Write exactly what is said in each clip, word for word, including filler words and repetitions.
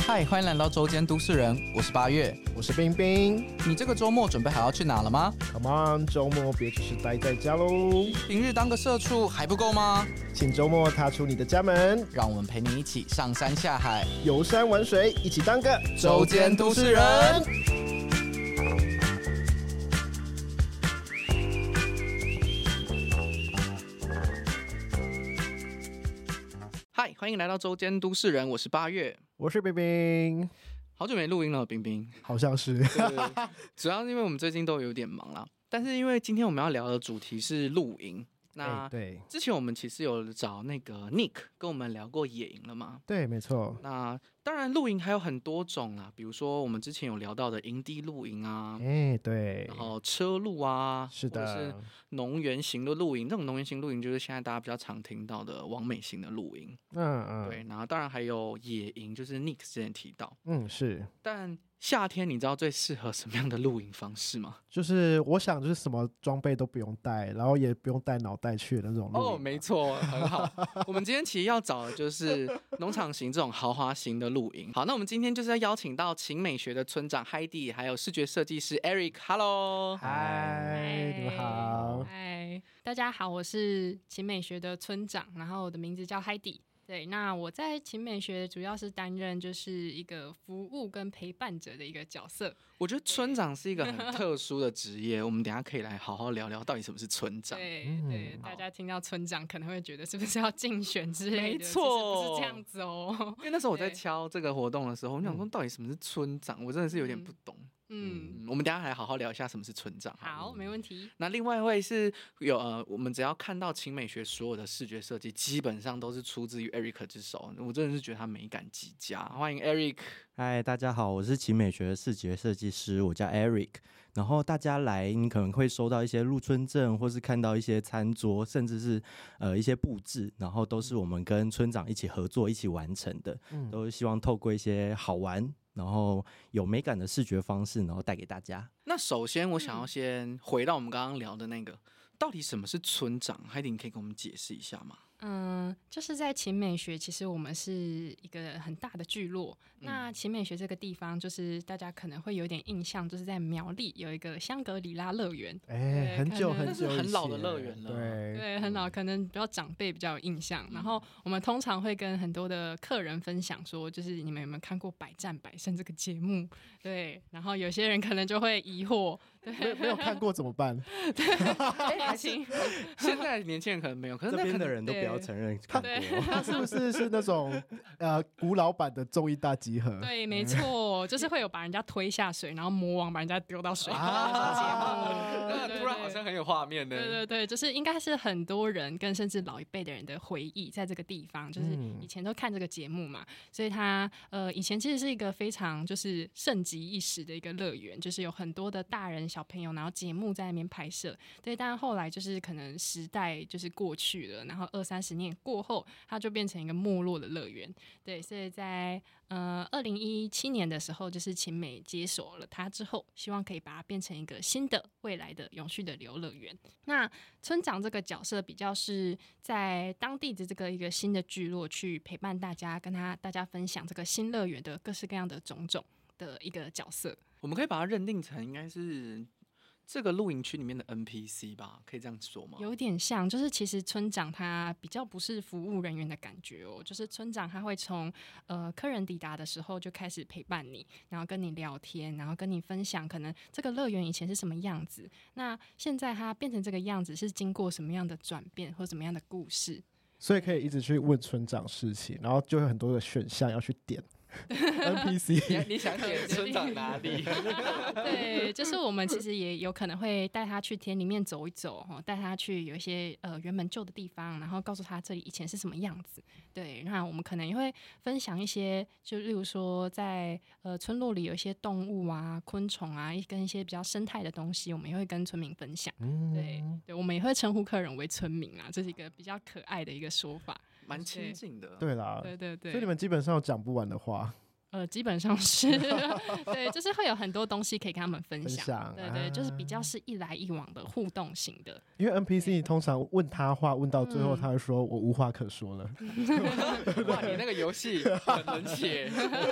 嗨，欢迎来到周间都市人，我是八月， 我是冰冰。 你这个周末准备好要去哪了吗？ Come on， 周末别只是待在家喽。 平日当个社畜还不够吗？ 请周末踏出你的家门， 让我们陪你一起上山下海， 游山玩水，一起当个周间都市人。嗨，欢迎来到周间都市人，我是八月， 我是冰冰。 好久没录音了，冰冰， 好像是。 主要是因为我们最近都有点忙啦，但是因为今天我们要聊的主题是露营。那、 欸、对， 之前我们其实有找那个 Nick 跟我们聊过野营了嘛？ 对，没错。 那当然露营还有很多种啦，比如说我们之前有聊到的营地露营啊， 哎、欸，对， 然后车露啊， 是的， 或者是农园型的露营。这种农园型露营就是现在大家比较常听到的网美型的露营。 嗯嗯， 对，然后当然还有野营，就是 Nick 之前提到， 嗯，是。 但夏天你知道最适合什么样的露营方式吗？ 就是我想就是什么装备都不用带，然后也不用带脑袋去的那种露营。 哦，没错，很好。我们今天其实要找的就是农场型这种豪华型的露营。好，那我们今天就是要邀请到晴美学的村长 Heidi， 还有视觉设计师 Eric。Hello， 嗨，你们好。 嗨，大家好，我是晴美学的村长，然后我的名字叫 Heidi。对，那我在晴美学主要是担任就是一个服务跟陪伴者的一个角色。 我觉得村长是一个很特殊的职业，我们等一下可以来好好聊聊到底什么是村长。 对对、嗯，大家听到村长可能会觉得是不是要竞选之类的？ 没错， 不是这样子哦。 因为那时候我在敲这个活动的时候，我想说到底什么是村长，我真的是有点不懂。嗯，我们等一下来好好聊一下什么是村长。 好，没问题。 那另外一位是有呃，我们只要看到晴美学所有的视觉设计，基本上都是出自于 Eric 之手。我真的是觉得他美感极佳。欢迎 Eric。 嗨，大家好，我是晴美学的视觉设计师，我叫 Eric。然后大家来，你可能会收到一些入村证，或是看到一些餐桌，甚至是呃一些布置，然后都是我们跟村长一起合作、一起完成的。嗯，都是希望透过一些好玩，然后有美感的视觉方式，然后带给大家。 那首先我想要先回到我们刚刚聊的那个，到底什么是村长？Heidi，你可以跟我们解释一下吗？ 嗯，就是在晴美学，其实我们是一个很大的聚落。嗯、那晴美学这个地方，就是大家可能会有点印象，就是在苗栗有一个香格里拉乐园。 哎、欸，很久很久， 很老的乐园了。 对对，很老，可能比较长辈比较有印象。嗯、然后我们通常会跟很多的客人分享说，就是你们有没有看过《百战百胜》这个节目？对，然后有些人可能就会疑惑。 没, 没有看过怎么办？ 年轻现在年轻人可能没有，可是那这边的人都不要承认看过。 他是不是是那种呃古老版的综艺大集合？ 对，没错，就是会有把人家推下水，然后魔王把人家丢到水里的节目。 突然好像很有画面呢。 对对对，就是应该是很多人跟甚至老一辈的人的回忆，在这个地方，就是以前都看这个节目嘛，所以他呃以前其实是一个非常就是盛极一时的一个乐园，就是有很多的大人小朋友，然后节目在那边拍摄，对，但后来就是可能时代就是过去了，然后二三十年过后，它就变成一个没落的乐园，对，所以在呃二零一七年的时候，就是晴美接手了它之后，希望可以把它变成一个新的未来的永续的游乐园。那村长这个角色比较是在当地的这个一个新的聚落去陪伴大家，跟他大家分享这个新乐园的各式各样的种种的一个角色。 我们可以把它认定成应该是这个露营区里面的 N P C 吧，可以这样说吗？ 有点像，就是其实村长他比较不是服务人员的感觉哦，就是村长他会从呃客人抵达的时候就开始陪伴你，然后跟你聊天，然后跟你分享可能这个乐园以前是什么样子，那现在它变成这个样子是经过什么样的转变或什么样的故事， 所以可以一直去问村长事情，然后就有很多的选项要去点。N P C 你, 你想点村长哪里？ 对，就是我们其实也有可能会带他去田里面走一走，带他去有一些呃原本旧的地方，然后告诉他这里以前是什么样子。对，那我们可能也会分享一些，就例如说在呃村落里有一些动物啊、昆虫啊，跟一些比较生态的东西，我们也会跟村民分享。嗯、对对，我们也会称呼客人为村民啊，这是一个比较可爱的一个说法。 蛮亲近的， 对啦， 对对对， 所以你们基本上有讲不完的话。 呃，基本上是对，就是会有很多东西可以跟他们分享， 分享对对， 啊就是比较是一来一往的互动型的。 因为 N P C 通常问他话，问到最后嗯他会说：“我无话可说了。 哇，你那个游戏很冷血。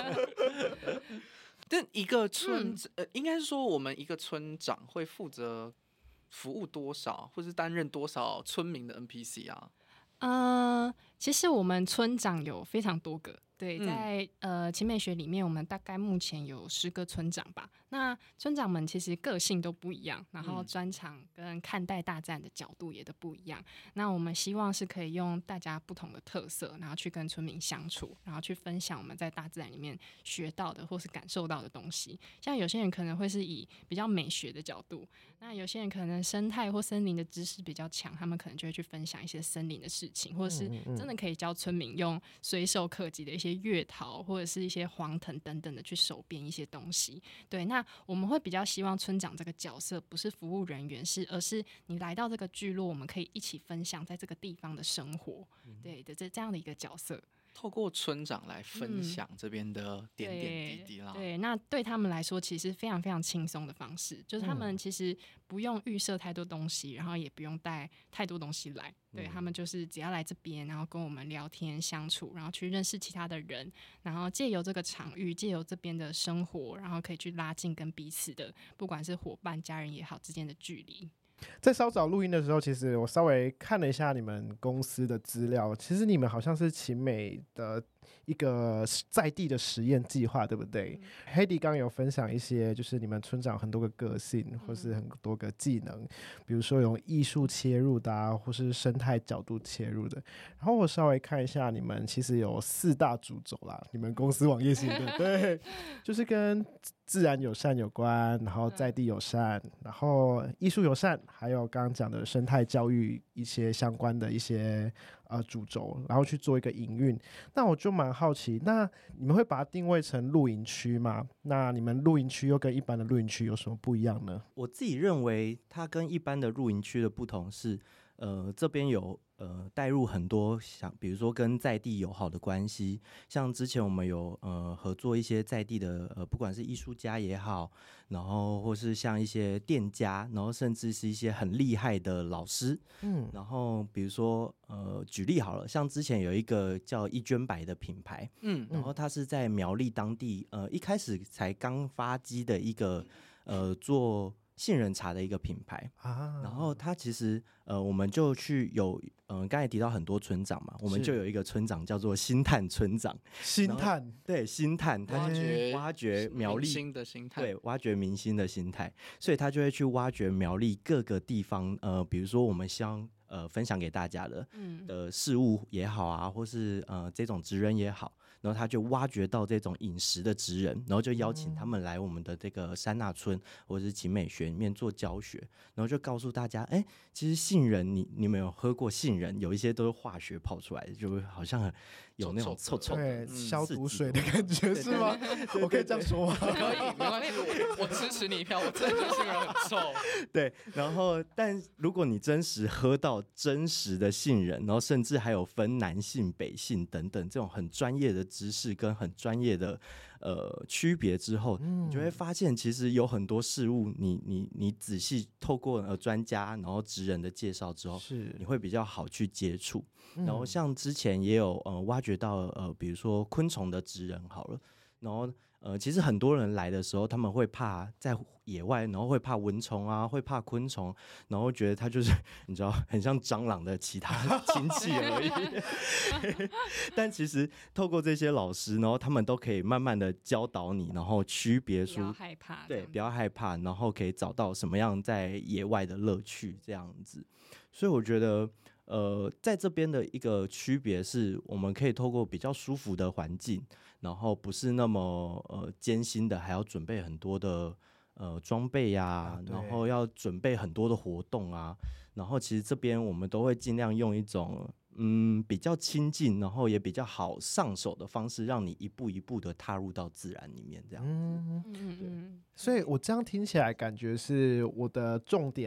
但一个村， 嗯呃，应该是说我们一个村长会负责服务多少，或是担任多少村民的 N P C 啊？ 呃，其实我们村长有非常多个，对， 嗯在、呃奇美学里面，我们大概目前有十个村长吧。那村长们其实个性都不一样，然后嗯专长跟看待大自然的角度也都不一样。那我们希望是可以用大家不同的特色，然后去跟村民相处，然后去分享我们在大自然里面学到的或是感受到的东西。像有些人可能会是以比较美学的角度，那有些人可能生态或森林的知识比较强，他们可能就会去分享一些森林的事情，或者是真的可以教村民用随手可及的一些月桃或者是一些黄藤等等的去手编一些东西。对，那我们会比较希望村长这个角色不是服务人员，是而是你来到这个聚落，我们可以一起分享在这个地方的生活，对的这这样的一个角色。 透过村长来分享这边的点点滴滴啦。 对对，那对他们来说其实非常非常轻松的方式，就是他们其实不用预设太多东西，然后也不用带太多东西来，对、 嗯他们就是只要来这边，然后跟我们聊天相处，然后去认识其他的人，然后借由这个场域，借由这边的生活，然后可以去拉近跟彼此的不管是伙伴、家人也好之间的距离。” 在稍早录音的时候，其实我稍微看了一下你们公司的资料，其实你们好像是奇美的一个在地的实验计划，对不对？黑迪刚刚有分享一些，就是你们村长很多个个性，或是很多个技能，比如说用艺术切入的啊，或是生态角度切入的。然后我稍微看一下，你们其实有四大主轴啦，你们公司网页型的，对，就是跟自然友善有关，然后在地友善，然后艺术友善，还有刚刚讲的生态教育一些相关的一些呃主轴，然后去做一个营运。那我就蛮好奇，那你们会把它定位成露营区吗？那你们露营区又跟一般的露营区有什么不一样呢？ 我自己认为它跟一般的露营区的不同是，呃，这边有呃带入很多像比如说跟在地友好的关系，像之前我们有呃合作一些在地的呃不管是艺术家也好，然后或是像一些店家，然后甚至是一些很厉害的老师， 嗯， 然后比如说呃举例好了，像之前有一个叫一绢白的品牌， 嗯然后它是在苗栗当地呃一开始才刚发迹的一个呃做杏仁茶的一个品牌。 啊， 然后他其实呃，我们就去有嗯，呃刚才提到很多村长嘛，我们是就有一个村长叫做星探村长， 星探， 对，星探，他挖掘挖掘苗栗新的心态。 对，挖掘明星的心态，所以他就会去挖掘苗栗各个地方，呃，比如说我们希望呃分享给大家的嗯的事物也好啊，或是呃这种职人也好，然后他就挖掘到这种饮食的职人，然后就邀请他们来我们的这个山那村或者是奇美学里面做教学，然后就告诉大家，哎，其实杏仁，你你们有喝过杏仁？有一些都是化学泡出来的，就好像很有那种臭臭的， 对， 嗯消毒水的感觉是吗？我可以这样说吗？ 可以，没关系，我我支持你一票。我真的觉得杏仁很臭。 对，然后但如果你真实喝到真实的杏仁，然后甚至还有分南杏、北杏等等这种很专业的知识跟很专业的呃区别之后，你就会发现其实有很多事物你，你你仔细透过呃专家然后职人的介绍之后， 是你会比较好去接触。 嗯然后像之前也有呃挖掘到呃比如说昆虫的职人好了，然后呃其实很多人来的时候他们会怕在野外，然后会怕蚊虫啊，会怕昆虫，然后觉得它就是你知道很像蟑螂的其他亲戚而已。但其实透过这些老师，然后他们都可以慢慢的教导你，然后区别不要出害怕， 对，不要害怕，然后可以找到什么样在野外的乐趣这样子。所以我觉得呃，在这边的一个区别是，我们可以透过比较舒服的环境，然后不是那么呃艰辛的，还要准备很多的呃装备呀、 啊对然后要准备很多的活动啊。然后其实这边我们都会尽量用一种嗯比较亲近，然后也比较好上手的方式，让你一步一步的踏入到自然里面这样子。 嗯， 嗯嗯嗯， 所以我这样听起来感觉是我的重点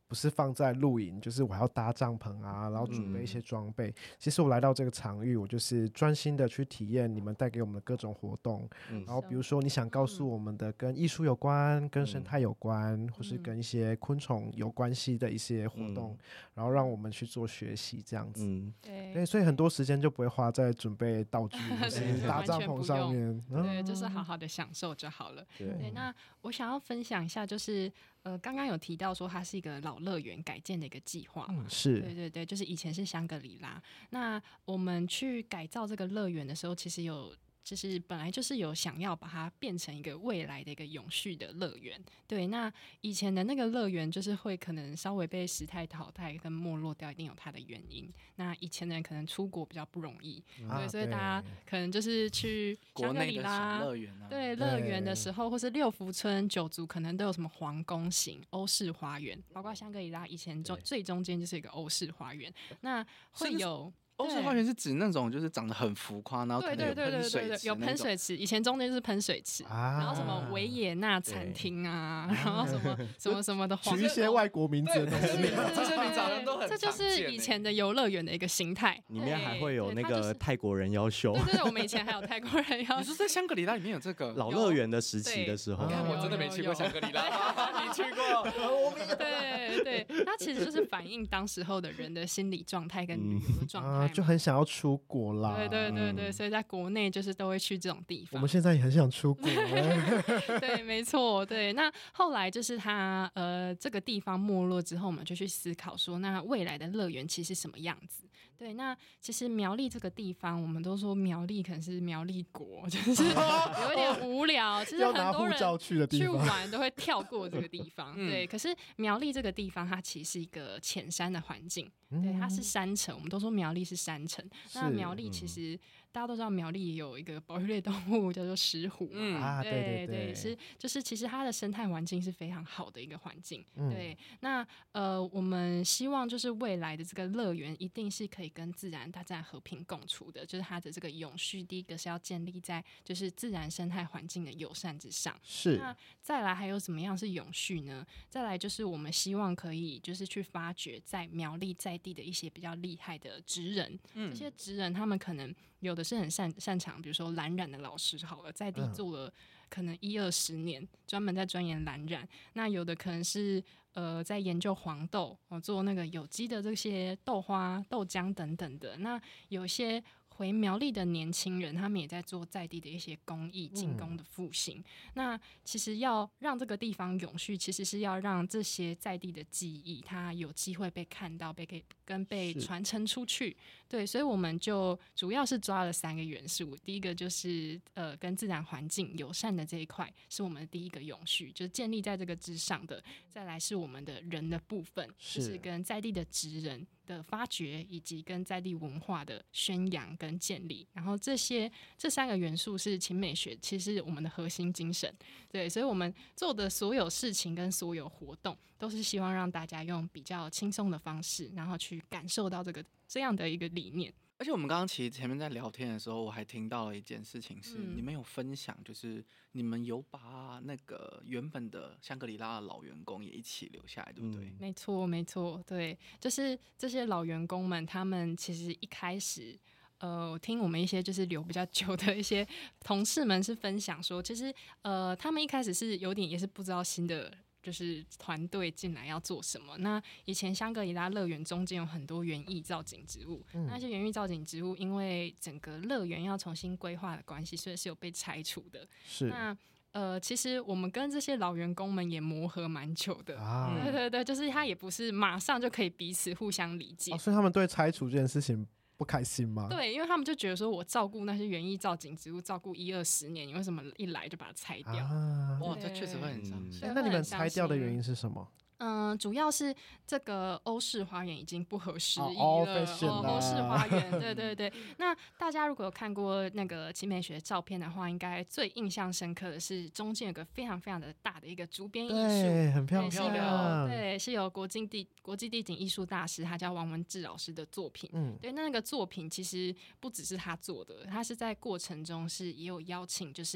不是放在露营，就是我还要搭帐篷啊，然后准备一些装备。嗯、其实我来到这个场域，我就是专心的去体验你们带给我们的各种活动。嗯、然后比如说你想告诉我们的跟艺术有关、跟生态有关，嗯、或是跟一些昆虫有关系的一些活动，嗯、然后让我们去做学习这样子。嗯、对, 对，所以很多时间就不会花在准备道具、或是搭帐篷上面。 嗯、对，就是好好的享受就好了。对, 对，那我想要分享一下，就是呃，刚刚有提到说它是一个老乐园改建的一个计划嘛、 嗯，是， 对对对，就是以前是香格里拉。那我们去改造这个乐园的时候，其实有。就是本来就是有想要把它变成一个未来的一个永续的乐园，对。那以前的那个乐园就是会可能稍微被时态淘汰跟没落掉，一定有它的原因。那以前的人可能出国比较不容易，啊、对，所以大家可能就是去香格里拉乐园啊， 对乐园的时候，或是六福村、九族可能都有什么皇宫型、欧式花园，包括香格里拉以前中最中间就是一个欧式花园，那会有。 欧式花园是指那种就是长得很浮夸，然后可能有喷水池， 有喷水池，以前中间就是喷水池，啊、然后什么维也纳餐厅啊，然后什么什么什么的， 取一些外国名字的东西， 这些名字好像都很常见。 这就是以前的游乐园的一个形态， 里面还会有那个泰国人妖秀。 对对对，我们以前还有泰国人妖秀。 你说在香格里拉里面有这个老乐园的时期的时候， 你看我真的没去过香格里拉，你去过？ 对对，它其实就是反映当时候的人的心理状态跟旅游的状态， 就很想要出。出国啦， 对对对对，所以在国内就是都会去这种地方。 我们现在也很想出国， 对，没错，对。那后来就是他呃这个地方没落之后，我们就去思考说，那未来的乐园其实什么样子？对，那其实苗栗这个地方，我们都说苗栗可能是苗栗国，就是有点无聊。其实很多人去玩都会跳过这个地方，嗯、对。可是苗栗这个地方，它其实是一个浅山的环境。对，它是山城，我们都说苗栗是山城。那苗栗其实、嗯、大家都知道，苗栗也有一个保育类动物叫做石虎， 嗯啊，对对对, 对是就是其实它的生态环境是非常好的一个环境。嗯、对，那呃，我们希望就是未来的这个乐园一定是可以跟自然、大自然和平共处的，就是它的这个永续，第一个是要建立在就是自然生态环境的友善之上。 是， 那再来还有怎么样是永续呢？再来就是我们希望可以就是去发掘在苗栗在地的一些比较厉害的职人，嗯、这些职人他们可能有的是很擅擅长，比如说蓝染的老师好了，在地做了可能一二十年，专门在钻研蓝染。那有的可能是呃在研究黄豆，哦，做那个有机的这些豆花、豆浆等等的。那有些回苗栗的年轻人，他们也在做在地的一些工艺、精工的复兴。嗯、那其实要让这个地方永续，其实是要让这些在地的技艺，它有机会被看到、被可以跟被传承出去。对，所以我们就主要是抓了三个元素。第一个就是呃跟自然环境友善的这一块，是我们的第一个永续，就是建立在这个之上的。再来是我们的人的部分，是就是跟在地的职人的发掘，以及跟在地文化的宣扬跟建立。然后这些这三个元素是勤美学，其实是我们的核心精神。对，所以我们做的所有事情跟所有活动，都是希望让大家用比较轻松的方式，然后去感受到这个这样的一个理念。 而且我们刚刚其实前面在聊天的时候，我还听到了一件事情是，嗯、你们有分享，就是你们有把那个原本的香格里拉的老员工也一起留下来，对不对？ 嗯、没错，没错，对，就是这些老员工们，他们其实一开始。呃，我听我们一些就是留比较久的一些同事们是分享说，其实呃，他们一开始是有点也是不知道新的就是团队进来要做什么。那以前香格里拉乐园中间有很多园艺造景植物，嗯、那些园艺造景植物因为整个乐园要重新规划的关系，所以是有被拆除的。 是那。呃，其实我们跟这些老员工们也磨合蛮久的，啊、对对对，就是他也不是马上就可以彼此互相理解， 哦、所以他们对拆除这件事情不开心吗？ 对，因为他们就觉得说，我照顾那些园艺造景植物，照顾一二十年，你为什么一来就把它拆掉？ 啊、哇，这确实会很伤心。 欸、那你们拆掉的原因是什么？ 嗯，主要是这个欧式花园已经不合时宜了。 哦， 欧式花园，对对对。那大家如果有看过那个奇美学照片的话，应该最印象深刻的是中间有个非常非常的大的一个竹编艺术， 对，很漂亮。 对，是由国际地国际地景艺术大师，他叫王文志老师的作品。嗯，对，那个作品其实不只是他做的，他是在过程中是也有邀请，就是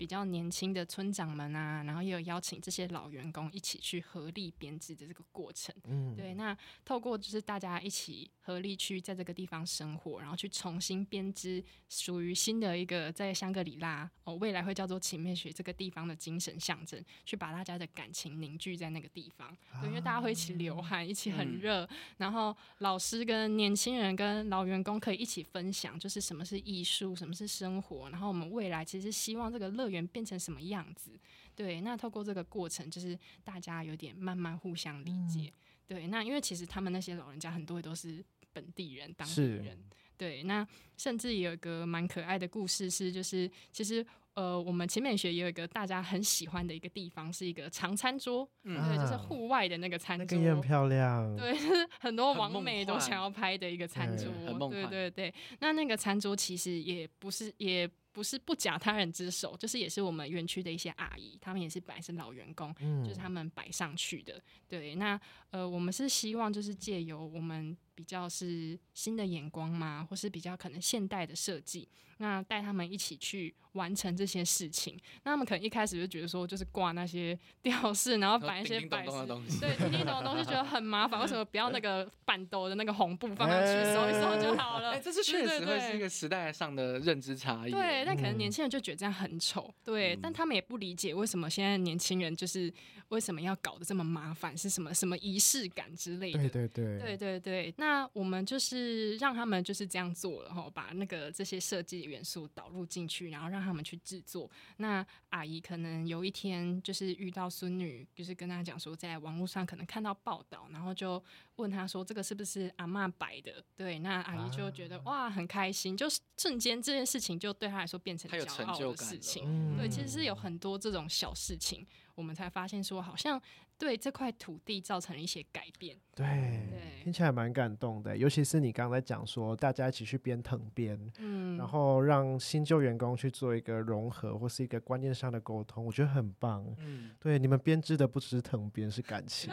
比较年轻的村长们啊，然后也有邀请这些老员工一起去合力编织的这个过程。嗯，对，那透过就是大家一起合力去在这个地方生活，然后去重新编织属于新的一个在香格里拉哦，未来会叫做晴美学这个地方的精神象征，去把大家的感情凝聚在那个地方。对，因为大家会一起流汗，一起很热，嗯、然后老师跟年轻人跟老员工可以一起分享，就是什么是艺术，什么是生活，然后我们未来其实希望这个乐园变成什么样子。对，那透过这个过程，就是大家有点慢慢互相理解。嗯、对，那因为其实他们那些老人家很多也都是本地人、当地人。对，那甚至也有一个蛮可爱的故事是，就是其实呃，我们晴美学也有一个大家很喜欢的一个地方，是一个长餐桌，嗯，对，就是户外的那个餐桌， 那个也很漂亮， 对，就是很多网美都想要拍的一个餐桌，对对对。那那个餐桌其实也不是也。不是不假他人之手，就是也是我们园区的一些阿姨，他们也是本来是老员工，嗯、就是他们摆上去的。对，那呃，我们是希望就是借由我们比较是新的眼光嘛，或是比较可能现代的设计，那带他们一起去完成这些事情。那他们可能一开始就觉得说，就是挂那些吊饰，然后摆一些摆饰，对，叮叮咚咚的东西，觉得很麻烦。为什么不要那个板斗的那个红布放上去，收一收就好了？ 哎、欸，这是确实会是一个时代上的认知差异。 对。但可能年轻人就觉得这样很丑，对、嗯，但他们也不理解为什么现在年轻人就是为什么要搞得这么麻烦，是什么什么仪式感之类的。 对对对， 对对对。那我们就是让他们就是这样做了哈，把那个这些设计元素导入进去，然后让他们去制作。那阿姨可能有一天就是遇到孙女，就是跟她讲说，在网络上可能看到报道，然后就问她说这个是不是阿嬷摆的？对，那阿姨就觉得、啊、哇很开心，就瞬间这件事情就对她来说变成骄傲的事情。嗯、对，其实是有很多这种小事情，我们才发现说好像对这块土地造成了一些改变。 对，对听起来蛮感动的，尤其是你刚才讲说大家一起去编藤编，嗯，然后让新旧员工去做一个融合或是一个观念上的沟通，我觉得很棒。嗯，对，你们编织的不只是藤编，是感情。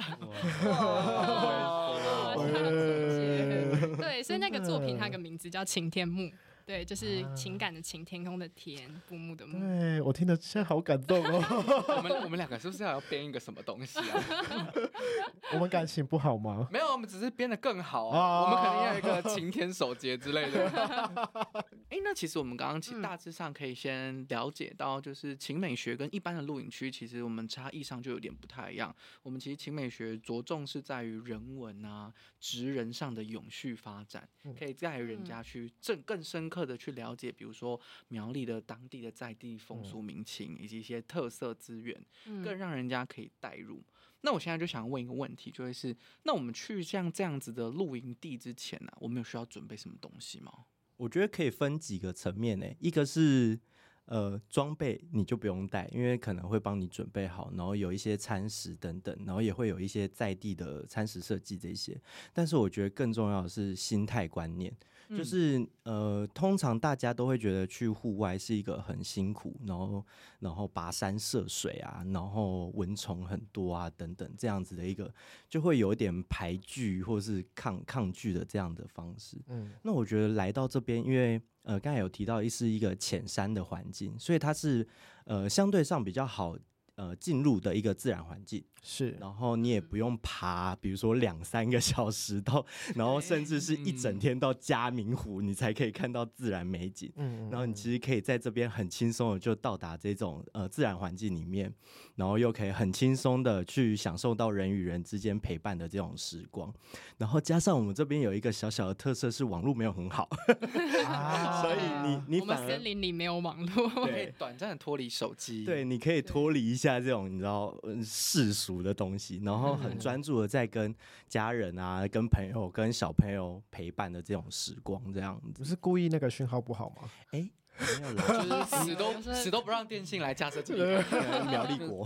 对，所以那个作品它的名字叫晴天木。对，就是情感的晴，天空的天，布幕的幕。 对，我听得现在好感动哦。 我们我们两个是不是要编一个什么东西啊？ 我们感情不好吗？ 没有，我们只是编得更好啊。啊我们可能要有一个晴天守节之类的。哎，那其实我们刚刚其实大致上可以先了解到，就是晴美学跟一般的露营区，其实我们差异上就有点不太一样。我们其实晴美学着重是在于人文啊、职人上的永续发展，可以带人家去更更深刻的去了解，比如说苗栗的当地的在地风俗民情，以及一些特色资源，更让人家可以带入。那我现在就想问一个问题，就会是，那我们去像这样子的露营地之前呢、啊，我们有需要准备什么东西吗？ 我觉得可以分几个层面诶，一个是呃装备你就不用带，因为可能会帮你准备好，然后有一些餐食等等，然后也会有一些在地的餐食设计这些。但是我觉得更重要的是心态观念。就是呃，通常大家都会觉得去户外是一个很辛苦，然后然后跋山涉水啊，然后蚊虫很多啊等等这样子的一个，就会有一点排拒或是抗抗拒的这样的方式。嗯，那我觉得来到这边，因为呃刚才有提到是一个浅山的环境，所以它是呃相对上比较好。呃，进入的一个自然环境是， 然后你也不用爬，比如说两三个小时到，然后甚至是一整天到嘉明湖，你才可以看到自然美景。嗯，然后你其实可以在这边很轻松的就到达这种呃自然环境里面，然后又可以很轻松的去享受到人与人之间陪伴的这种时光。然后加上我们这边有一个小小的特色是网络没有很好，啊、所以你你我们森林里没有网络， 可以短暂的脱离手机。 对，你可以脱离一下这种你知道世俗的东西，然后很专注的在跟家人啊、跟朋友、跟小朋友陪伴的这种时光，这样子。 不是故意那个讯号不好吗？ 哎、欸。没有啦， 就是死都死都不让电信来架设这个苗栗国。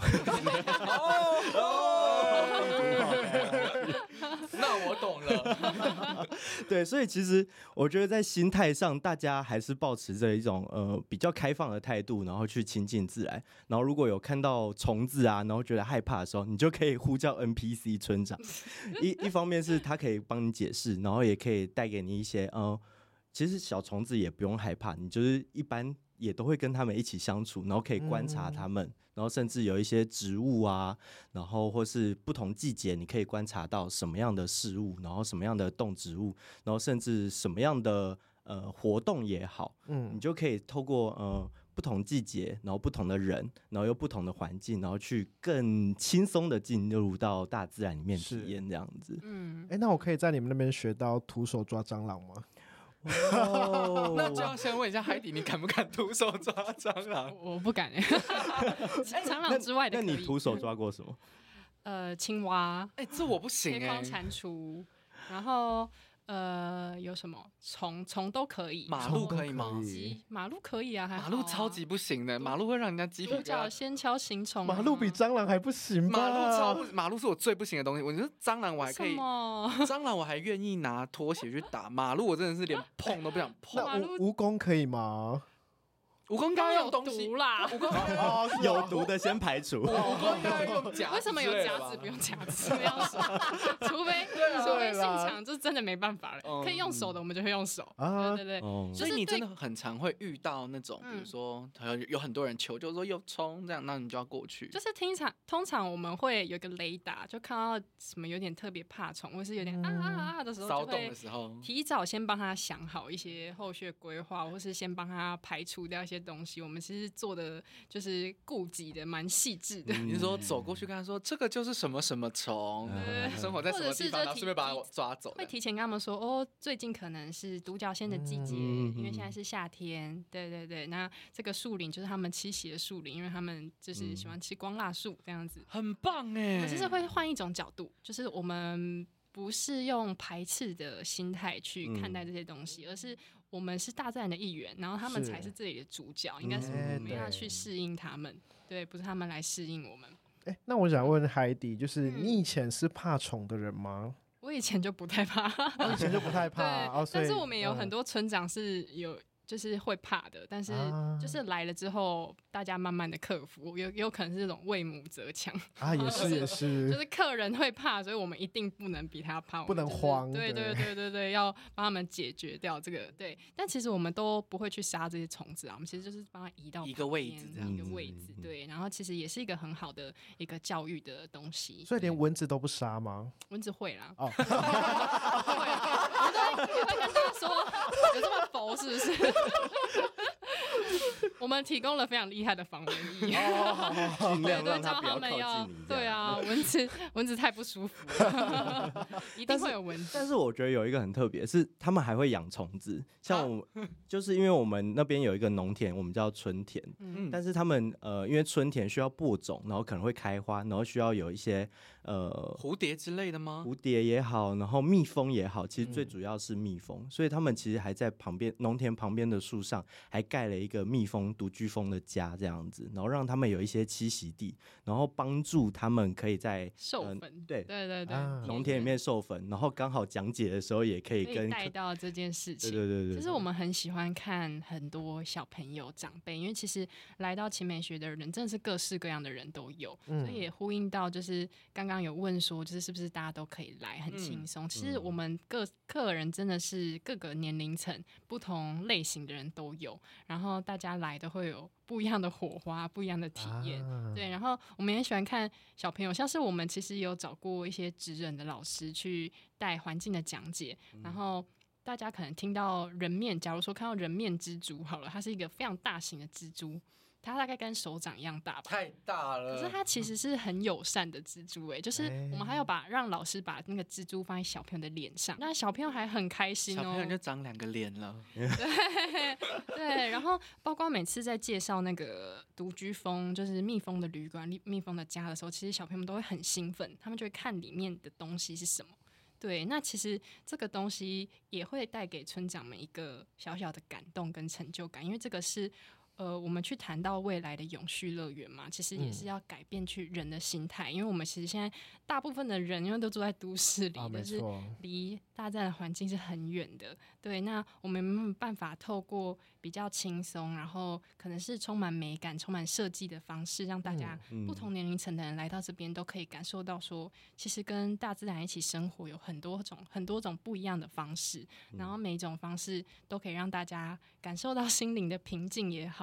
那我懂了。 对，所以其实我觉得在心态上，大家还是保持着一种呃比较开放的态度，然后去亲近自然。然后如果有看到虫子啊，然后觉得害怕的时候，你就可以呼叫 N P C 村长。一一方面是他可以帮你解释，然后也可以带给你一些呃。其实小虫子也不用害怕，你就是一般也都会跟他们一起相处，然后可以观察他们， 嗯、 然后甚至有一些植物啊，然后或是不同季节你可以观察到什么样的事物，然后什么样的动植物，然后甚至什么样的呃活动也好，嗯，你就可以透过呃不同季节，然后不同的人，然后又不同的环境，然后去更轻松的进入到大自然里面体验这样子。 嗯， 哎、欸，那我可以在你们那边学到徒手抓蟑螂吗？ 哦，那就要先问一下海底，你敢不敢徒手抓蟑螂？ 我, 我不敢哎、欸，蟑螂之外的可以。 那你徒手抓过什么？ 呃，青蛙， 哎、欸，这我不行哎、欸。 黑框蟾蜍，然后呃，有什么虫虫都可以。 马路可以吗？ 马路可以啊，还好啊。 马路超级不行的，马路会让人家鸡皮疙瘩。 独角仙锹形虫、啊， 马路比蟑螂还不行吧？ 马路超不，马路是我最不行的东西。我觉得蟑螂我还可以，蟑螂我还愿意拿拖鞋去打，马路我真的是连碰都不想碰。 那蜈蚣可以吗？ 蜈蚣刚用东西啦， 蜈蚣哦有毒的先排除。 蜈蚣应该用夹子， 为什么有夹子不用夹子？不要手，除非除非现场就真的没办法了，嗯、可以用手的我们就会用手。啊、对对对， 哦、 所以你真的很常会遇到那种，比如说有很多人求救说有虫这样，那你就要过去。 就是通常通常我们会有一个雷达，就看到什么有点特别怕虫，或是有点啊啊啊的时候， 骚动的时候， 提早先帮他想好一些后续规划，或是先帮他排除掉一些东西。我们其实做的就是顾及的蛮细致的。 你是说走过去跟他说这个就是什么什么虫，生活在什么地方，然后顺便把它抓走。 会提前跟他们说，哦，最近可能是独角仙的季节，嗯、因为现在是夏天。对对对，那这个树林就是他们栖息的树林，因为他们就是喜欢吃光蜡树这样子， 很棒哎。 我们其实会换一种角度，就是我们不是用排斥的心态去看待这些东西，嗯、而是我们是大自然的一员，然后他们才是这里的主角，应该是我们要去适应他们，对，不是他们来适应我们。 欸、那我想问海底，就是你以前是怕虫的人吗？ 我以前就不太怕， 我以前就不太怕， 对哦、 但是我们有很多村长是有。就是会怕的，但是就是来了之后，大家慢慢的克服，有有可能是这种为母则强啊，也是也是， 就是客人会怕，所以我们一定不能比他怕， 不能慌， 对对对对对，要帮他们解决掉这个对。但其实我们都不会去杀这些虫子啊，我们其实就是帮他移到一个位置，这样一个位置，对。然后其实也是一个很好的一个教育的东西。 所以连蚊子都不杀吗？ 蚊子会啦， 哦， 会，我都会跟大家说，有这么佛是不是？我们提供了非常厉害的防蚊液， 哦，尽量让他不要靠近你。 对啊，蚊子蚊子太不舒服了，一定会有蚊子。 但是我觉得有一个很特别，是他们还会养虫子，像我，啊、就是因为我们那边有一个农田，我们叫春田，嗯、但是他们呃，因为春田需要播种，然后可能会开花，然后需要有一些呃蝴蝶之类的吗？ 蝴蝶也好，然后蜜蜂也好，其实最主要是蜜蜂，嗯、所以他们其实还在旁边农田旁边的树上还盖了一个蜜蜂独居蜂的家这样子，然后让他们有一些栖息地，然后帮助他们可以在授粉，呃、 对对对对， 农、啊、田里面授粉，然后刚好讲解的时候也可以跟带到这件事情。 对对对对， 其实我们很喜欢看很多小朋友长辈，因为其实来到勤美学的人真的是各式各样的人都有，嗯、所以也呼应到就是刚刚有问说，就是是不是大家都可以来很轻松？嗯、其实我们各客人真的是各个年龄层、不同类型的人都有，然后大家来都会有不一样的火花，不一样的体验，啊、对。然后我们也喜欢看小朋友，像是我们其实有找过一些职人的老师去带环境的讲解，嗯、然后大家可能听到人面，假如说看到人面蜘蛛好了，它是一个非常大型的蜘蛛。它大概跟手掌一样大吧， 太大了。 可是它其实是很友善的蜘蛛、欸，哎，就是我们还要把让老师把那个蜘蛛放在小朋友的脸上，那小朋友还很开心哦、喔， 小朋友就长两个脸了。 对对，然后包括每次在介绍那个独居蜂，就是蜜蜂的旅馆、蜜蜂的家的时候，其实小朋友们都会很兴奋，他们就会看里面的东西是什么。对，那其实这个东西也会带给村长们一个小小的感动跟成就感，因为这个是。呃，我们去谈到未来的永续乐园嘛，其实也是要改变去人的心态，嗯、因为我们其实现在大部分的人因为都住在都市里， 啊、 就是离大自然的环境是很远的。对，那我们有没有办法透过比较轻松，然后可能是充满美感、充满设计的方式，让大家不同年龄层的人来到这边都可以感受到说，其实跟大自然一起生活有很多种、很多种不一样的方式，然后每一种方式都可以让大家感受到心灵的平静也好。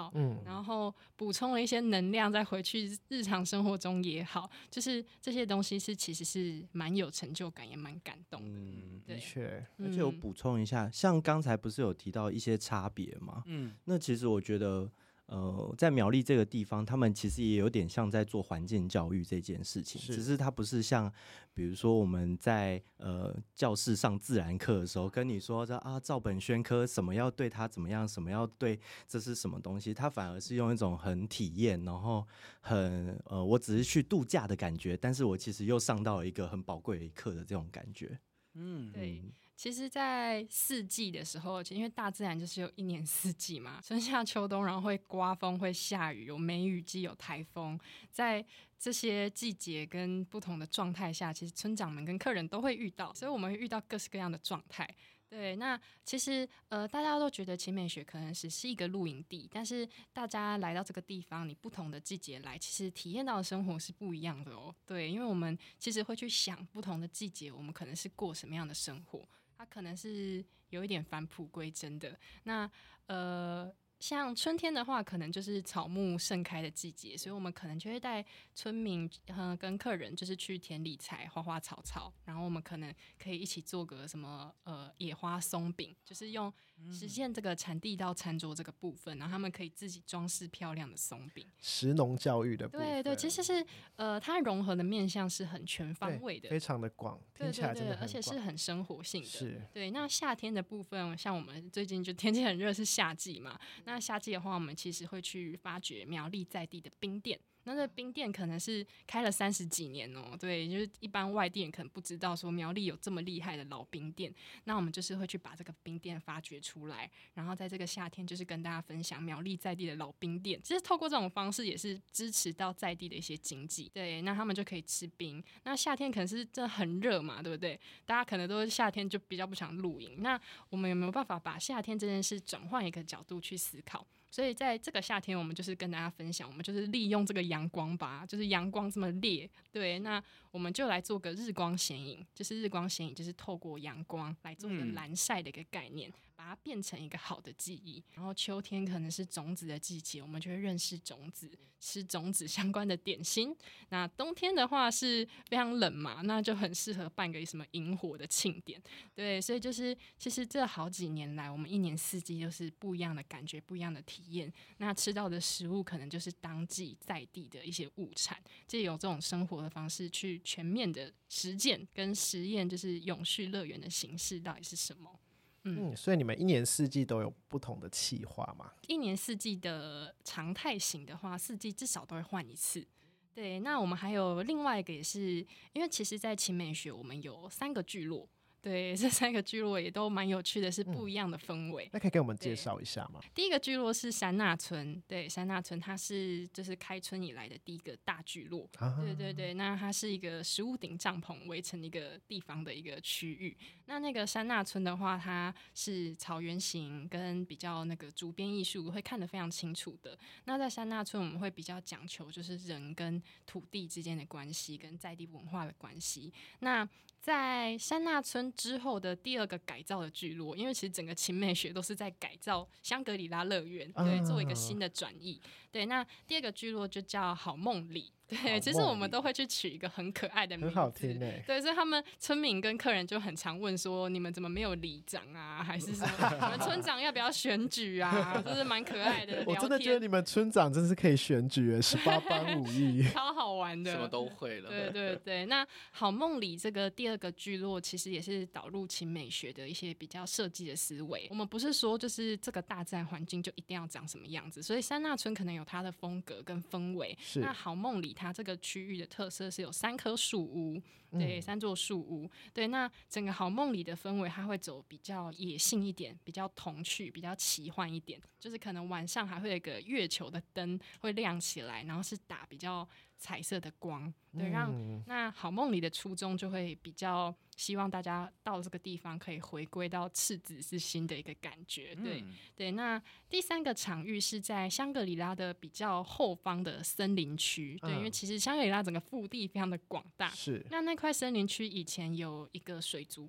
好，嗯，然后补充了一些能量再回去日常生活中也好，就是这些东西是其实是蛮有成就感也蛮感动的。嗯， 的确。 而且我补充一下，像刚才不是有提到一些差别吗？嗯，那其实我觉得呃，在苗栗这个地方，他们其实也有点像在做环境教育这件事情，是只是它不是像，比如说我们在呃教室上自然课的时候跟你说啊，照本宣科，什么要对它怎么样，什么要对这是什么东西，它反而是用一种很体验，然后很呃，我只是去度假的感觉，但是我其实又上到了一个很宝贵的一课的这种感觉。 嗯，对。其实，在四季的时候，因为大自然就是有一年四季嘛，春夏秋冬，然后会刮风、会下雨，有梅雨季、有台风，在这些季节跟不同的状态下，其实村长们跟客人都会遇到，所以我们会遇到各式各样的状态。对，那其实呃，大家都觉得勤美学可能只是一个露营地，但是大家来到这个地方，你不同的季节来，其实体验到的生活是不一样的哦。对，因为我们其实会去想不同的季节，我们可能是过什么样的生活。它可能是有一点返璞归真的。那呃，像春天的话，可能就是草木盛开的季节，所以我们可能就会带村民呃跟客人，就是去田里采花花草草，然后我们可能可以一起做个什么呃野花松饼，就是用实现这个产地到餐桌这个部分，然后他们可以自己装饰漂亮的松饼。 食农教育的部分， 对对，其实是呃，它融合的面向是很全方位的， 非常的广，听起来真的很广， 而且是很生活性的。 是， 对。那夏天的部分，像我们最近就天气很热，是夏季嘛。那夏季的话，我们其实会去发掘苗栗在地的冰店。那这冰店可能是开了三十几年哦，对，就是一般外地人可能不知道说苗栗有这么厉害的老冰店。那我们就是会去把这个冰店发掘出来，然后在这个夏天就是跟大家分享苗栗在地的老冰店。其实透过这种方式也是支持到在地的一些经济，对，那他们就可以吃冰。那夏天可能是真的很热嘛，对不对？大家可能都是夏天就比较不想露营，那我们有没有办法把夏天这件事转换一个角度去思考？所以在这个夏天，我们就是跟大家分享，我们就是利用这个阳光吧，就是阳光这么烈，对，那我们就来做个日光显影，就是日光显影，就是透过阳光来做一个蓝晒的一个概念。嗯，把它变成一个好的记忆。然后秋天可能是种子的季节，我们就会认识种子，吃种子相关的点心。那冬天的话是非常冷嘛，那就很适合办个什么萤火的庆典。对，所以就是其实这好几年来，我们一年四季都是不一样的感觉，不一样的体验。那吃到的食物可能就是当季在地的一些物产，借由这种生活的方式去全面的实践跟实验，就是永续乐园的形式到底是什么。 嗯, 嗯，所以你们一年四季都有不同的企划吗？ 一年四季的常态型的话，四季至少都会换一次。对，那我们还有另外一个也是，因为其实在勤美学我们有三个聚落，对，这三个聚落也都蛮有趣的，是不一样的氛围、嗯。 那可以给我们介绍一下吗？ 第一个聚落是山那村，对，山那村它是就是开村以来的第一个大聚落，啊、对对对，那它是一个十五顶帐篷围成一个地方的一个区域。那那个山那村的话，它是草原型跟比较那个竹编艺术会看得非常清楚的。那在山那村我们会比较讲求就是人跟土地之间的关系跟在地文化的关系。那在山那村之后的第二个改造的聚落，因为其实整个勤美学都是在改造香格里拉乐园，对，做一个新的转移。对，那第二个聚落就叫好梦里。对，其实我们都会去取一个很可爱的名字， 很好听欸。 对，所以他们村民跟客人就很常问说，你们怎么没有里长啊，还是什么？你们村长要不要选举啊？就是蛮可爱的。 我真的觉得你们村长真是可以选举，十八般武艺， 超好玩的， 什么都会了。 对对对，那好梦里这个第二个聚落，其实也是导入勤美学的一些比较设计的思维。我们不是说就是这个大自然环境就一定要长什么样子，所以山那村可能有它的风格跟氛围。那好梦里它这个区域的特色是有三棵树屋，对，三座树屋，对，那整个好梦里的氛围，它会走比较野性一点，比较童趣，比较奇幻一点，就是可能晚上还会有一个月球的灯会亮起来，然后是打比较彩色的光，对，让、嗯、那好梦里的初衷就会比较希望大家到这个地方可以回归到赤子之心的一个感觉，对、嗯、对。那第三个场域是在香格里拉的比较后方的森林区，对、嗯，因为其实香格里拉整个腹地非常的广大， 是。 那那块森林区以前有一个水族馆，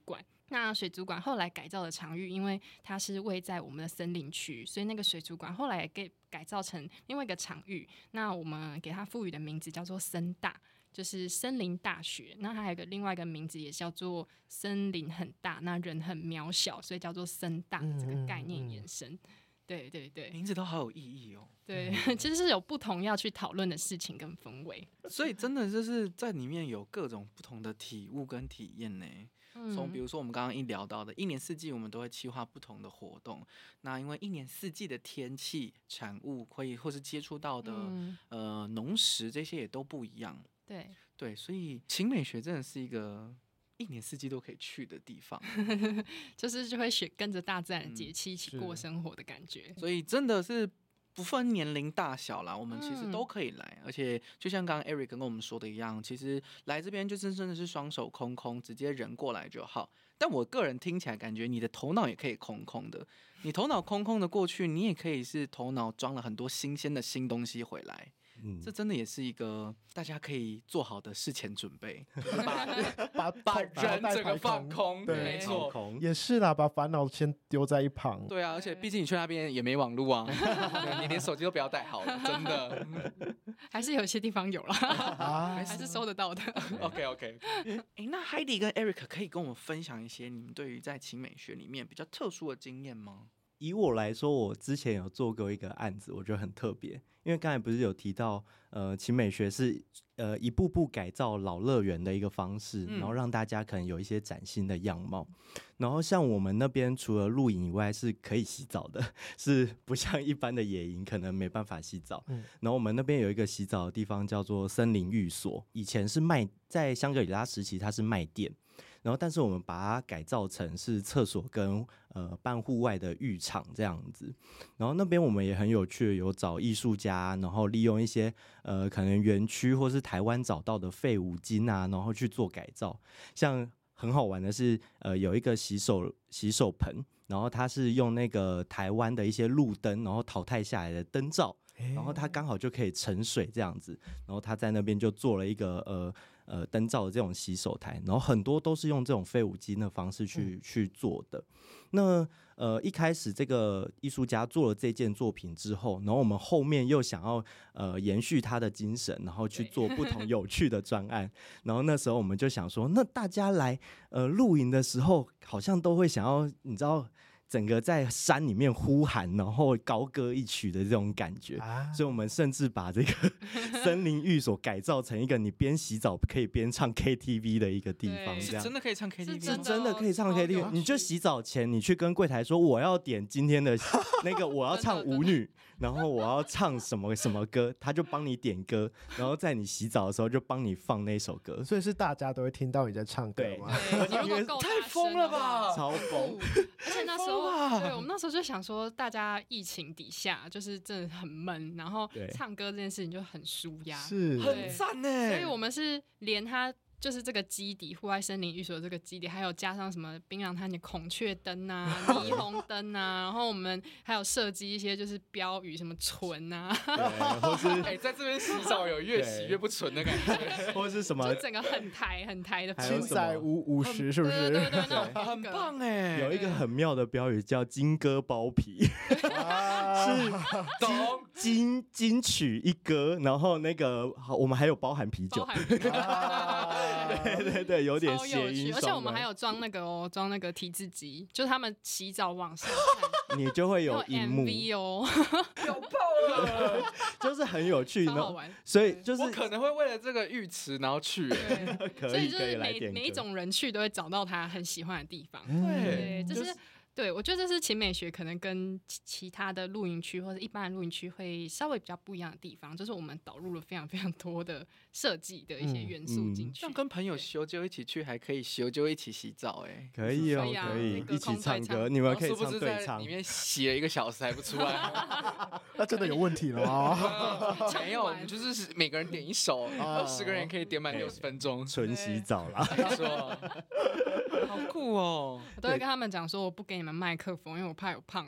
那水族馆后来改造的场域，因为它是位在我们的森林区，所以那个水族馆后来也给改造成另外一个场域。那我们给它赋予的名字叫做森大，就是森林大学。那它还有个另外一个名字也叫做森林很大，那人很渺小，所以叫做森大这个概念延伸。嗯嗯嗯对对对， 名字都好有意义哦。 对，其实是有不同要去讨论的事情跟氛围， 所以真的就是在里面有各种不同的体悟跟体验呢。从、嗯、比如说我们刚刚一聊到的，一年四季我们都会企划不同的活动。那因为一年四季的天气、产物会或是接触到的、嗯、呃农食这些也都不一样。 对对，所以晴美学真的是一个一年四季都可以去的地方， 就是就会学跟着大自然的节气一起过生活的感觉。 所以真的是不分年龄大小啦，我们其实都可以来。嗯、而且就像刚刚 Eric 跟我们说的一样，其实来这边就真真的是双手空空，直接人过来就好。但我个人听起来感觉你的头脑也可以空空的，你头脑空空的过去，你也可以是头脑装了很多新鲜的新东西回来。嗯、这真的也是一个大家可以做好的事前准备，就是把把把人整个放空， 对， 没错， 也是啦，把烦恼先丢在一旁。 对啊，而且毕竟你去那边也没网路啊，你连手机都不要带好了，真的。 还是有些地方有啦，啊、还是收得到的。 OK OK， 哎，那 Heidi 跟 Eric 可以跟我们分享一些你们对于在晴美学里面比较特殊的经验吗？ 以我来说，我之前有做过一个案子，我觉得很特别，因为刚才不是有提到，呃，晴美学是呃一步步改造老乐园的一个方式，然后让大家可能有一些崭新的样貌。然后像我们那边除了露营以外是可以洗澡的，是不像一般的野营可能没办法洗澡。嗯、然后我们那边有一个洗澡的地方叫做森林寓所，以前是卖在香格里拉时期它是卖店。然后，但是我们把它改造成是厕所跟呃半户外的浴场这样子。然后那边我们也很有趣，有找艺术家，然后利用一些呃可能园区或是台湾找到的废五金啊，然后去做改造。像很好玩的是，呃有一个洗手洗手盆，然后它是用那个台湾的一些路灯，然后淘汰下来的灯罩，然后它刚好就可以盛水这样子。然后他在那边就做了一个呃。呃，灯罩的这种洗手台，然后很多都是用这种废五金的方式去、嗯、去做的。那呃，一开始这个艺术家做了这件作品之后，然后我们后面又想要呃延续他的精神，然后去做不同有趣的专案。然后那时候我们就想说，那大家来呃露营的时候，好像都会想要，你知道。整个在山里面呼喊，然后高歌一曲的这种感觉，啊、所以我们甚至把这个森林寓所改造成一个你边洗澡可以边唱 K T V 的一个地方。这样是真的可以唱 K T V， 是真的可以唱 K T V。你就洗澡前，你去跟柜台说我要点今天的那个，我要唱舞女，然后我要唱什么什么歌，他就帮你点歌，然后在你洗澡的时候就帮你放那首歌， 所以是大家都会听到你在唱歌吗？ 对， 太疯了吧， 超疯！ 而且那时候。对，我们那时候就想说，大家疫情底下就是真的很闷，然后唱歌这件事情就很舒压， 是很赞呢。 所以我们是连他就是这个基底，户外森林寓所这个基底，还有加上什么槟榔滩的孔雀灯啊、霓虹灯啊，然后我们还有设计一些就是标语，什么纯啊， 或是哎、欸，在这边洗澡有越洗越不纯的感觉， 或是什么， 就整个很台很台的， 青仔五五十是不是？ 对对对，那种很棒哎。 有一个很妙的标语叫“金歌包皮”，是懂金金曲一歌，然后那个我们还有包含啤酒。对对对，有点谐音， 而且我们还有装那个哦，装那个提字机，就是他们洗澡往上看， 你就会有荧幕 M V 哦， 有爆了， 就是很有趣， 超好玩。 所以就是我可能会为了这个浴池然后去， 可以可以来点歌。 每一种人去都会找到他很喜欢的地方， 对， 这是。对，我觉得这是晴美学可能跟其他的露营区或者一般的露营区会稍微比较不一样的地方，就是我们导入了非常非常多的设计的一些元素进去。 像、嗯嗯、跟朋友修就一起去，还可以修就一起洗澡，哎， 可以哦， 可以、啊可以一起唱歌，你们可以唱对唱。 里面洗了一个小时还不出来， 那真的有问题了哦。 没有，我们就是每个人点一首，二十个人可以点满六十分钟， 纯洗澡啦。 没错，好酷哦！ 我都会跟他们讲说，我不给你们麦克风，因为我怕有胖虎。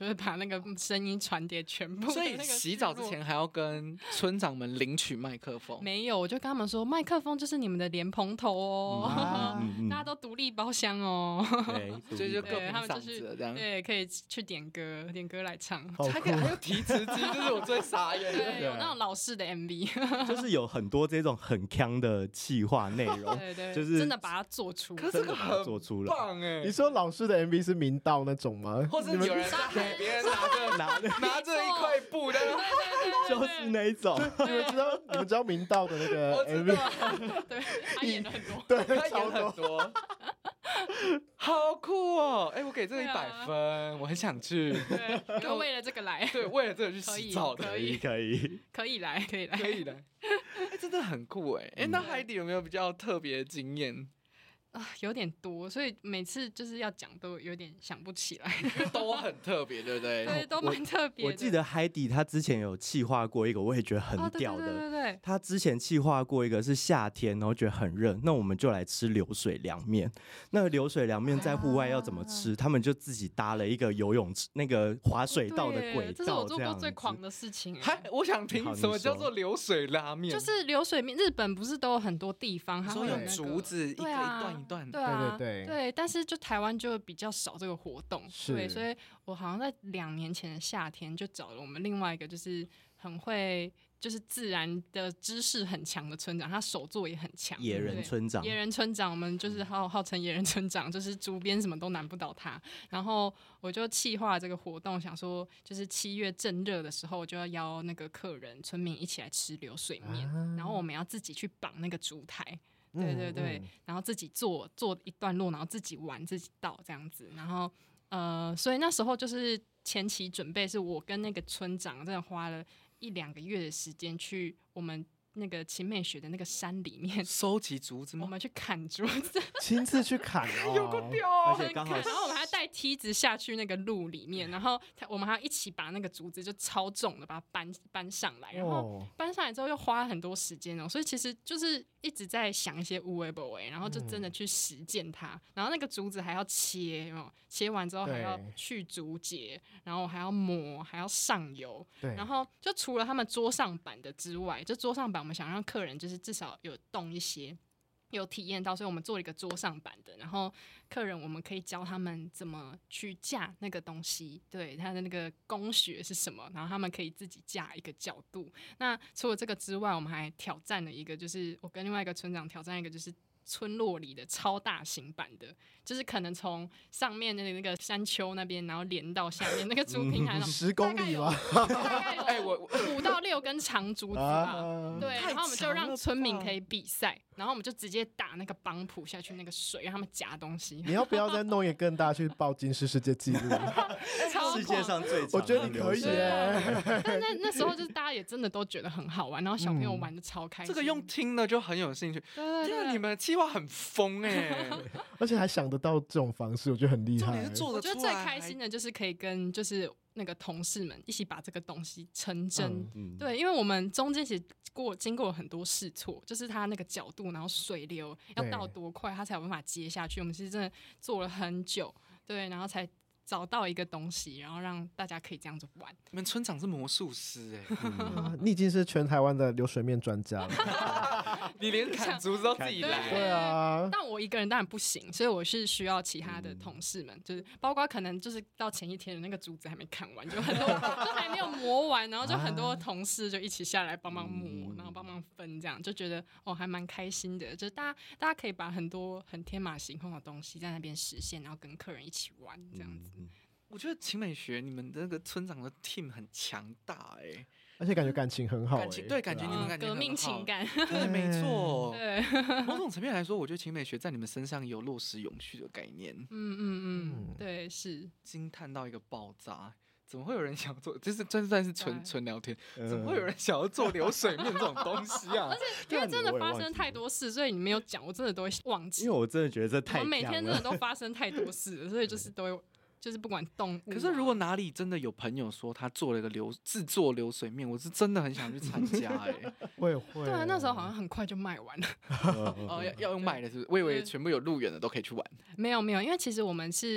就是把那个声音传递全部。 所以洗澡之前还要跟村长们领取麦克风？ 没有，我就跟他们说，麦克风就是你们的莲蓬头哦，啊嗯嗯、大家都独立包厢哦。 对， 所以就各凭嗓子了这样。 对，可以去点歌，点歌来唱。 还可以还有提词机，这是我最傻眼的。 对，有那种老式的 M V， 就是有很多这种很强的企划内容， 对对， 就是真的把它做出来， 可是这个很做出来， 棒哎！ 你说老式的 M V 是明道那种吗？ 或者有人在海边拿着拿着拿着一块布的， 就是那一种。 你们知道你们知道明道的那个 M V？ 对，他演了很多， 对， 他演很多。好酷哦！哎、欸，我给这个一百分、啊，我很想去。 对，就为了这个来。 对，为了这个去洗澡的， 可以， 可以， 可以来，可以来， 可以来。哎、欸，真的很酷哎！哎、欸，那海底有没有比较特别的经验？ 啊，有点多，所以每次就是要讲都有点想不起来， 都很特别，对不对？ 对，都蛮特别的。 我记得海底他之前有企划过一个，我也觉得很屌的。 哦、对, 对, 对, 对, 对， 他之前企划过一个是夏天，然后觉得很热，那我们就来吃流水凉面。那个流水凉面在户外要怎么吃？啊、他们就自己搭了一个游泳池、那个滑水道的轨道， 这是我做过最狂的事情。 嗨，我想听什么叫做流水拉面？ 就是流水面，日本不是都有很多地方，它会有、那个、 竹子一个一段一段， 对啊。 对, 对，但是就台湾就比较少这个活动，对，所以我好像在两年前的夏天就找了我们另外一个就是很会就是自然的知识很强的村长，他手作也很强， 野人村长， 野人村长，我们就是号号称野人村长，就是竹编什么都难不倒他。然后我就企划这个活动，想说就是七月正热的时候，我就要邀那个客人村民一起来吃流水面，啊、然后我们要自己去绑那个烛台。对对对，嗯嗯、然后自己做做一段路，然后自己玩自己倒这样子，然后呃，所以那时候就是前期准备，是我跟那个村长真的花了一两个月的时间去我们那个秦美学的那个山里面收集竹子吗？ 我们去砍竹子， 亲自去砍哦， 有个屌， 而且刚好， 然后我们还带梯子下去那个路里面，然后我们还要一起把那个竹子就超重的把它搬搬上来，然后搬上来之后又花很多时间哦，所以其实就是一直在想一些有的没的，然后就真的去实践它，嗯、然后那个竹子还要切哦，切完之后还要去竹节，然后还要磨，还要上油，然后就除了他们桌上板的之外，就桌上板。我们想让客人就是至少有动一些，有体验到，所以我们做了一个桌上版的。然后客人我们可以教他们怎么去架那个东西，对它的那个工学是什么，然后他们可以自己架一个角度。那除了这个之外，我们还挑战了一个，就是我跟另外一个村长挑战一个，就是村落里的超大型版的，就是可能从上面的那个山丘那边，然后连到下面那个竹平台上， 十公里吗？ 大概有五到六根长竹子吧。啊、对，然后我们就让村民可以比赛，然后我们就直接打那个帮浦下去那个水，让他们夹东西。 你要不要再弄一个更大去报金氏世界纪录？ 世界上最长， 我觉得你可以耶。 但那那时候就是大家也真的都觉得很好玩，然后小朋友玩的超开心。 这个用听了就很有兴趣。 对对对， 因为你们计划很疯哎、欸， 而且还想得到这种方式，我觉得很厉害。 重点是做得出来。 我觉得最开心的就是可以跟就是那个同事们一起把这个东西成真。嗯、对，因为我们中间其实过经过了很多试错，就是它那个角度，然后水流要到多快，它才有办法接下去。我们其实真的做了很久，对，然后才找到一个东西，然后让大家可以这样子玩。 你们村长是魔术师哎、欸嗯，你已经是全台湾的流水面专家了。 你连砍竹子都自己来， 对啊。 但我一个人当然不行，所以我是需要其他的同事们，嗯、就是包括可能就是到前一天的那个竹子还没砍完，就很多都还没有磨完，然后就很多同事就一起下来帮忙磨，然后帮忙分，这样就觉得哦还蛮开心的，就是大家大家可以把很多很天马行空的东西在那边实现，然后跟客人一起玩这样子。嗯、 我觉得秦美学你们那个村长的 team 很强大哎、欸。 而且感觉感情很好、欸， 感情对，感觉你们感情革命情感， 对，没错。 对， 某种层面来说，我觉得秦美学在你们身上有落实永续的概念。 嗯嗯嗯，对，是惊叹到一个爆炸，怎么会有人想要做？就是真算是纯纯聊天，怎么会有人想要做流水面这种东西啊？ 而且因为真的发生太多事，所以你没有讲，我真的都会忘记。 因为我真的觉得这太， 我每天真的都发生太多事了，所以就是都会。就是不管动物、啊， 可是如果哪里真的有朋友说他做了一个流制作流水面，我是真的很想去参加哎、欸。 我也会。 对啊，那时候好像很快就卖完了。 哦，要要用买的是不是？我以为全部有入园的都可以去玩。 没有没有，因为其实我们是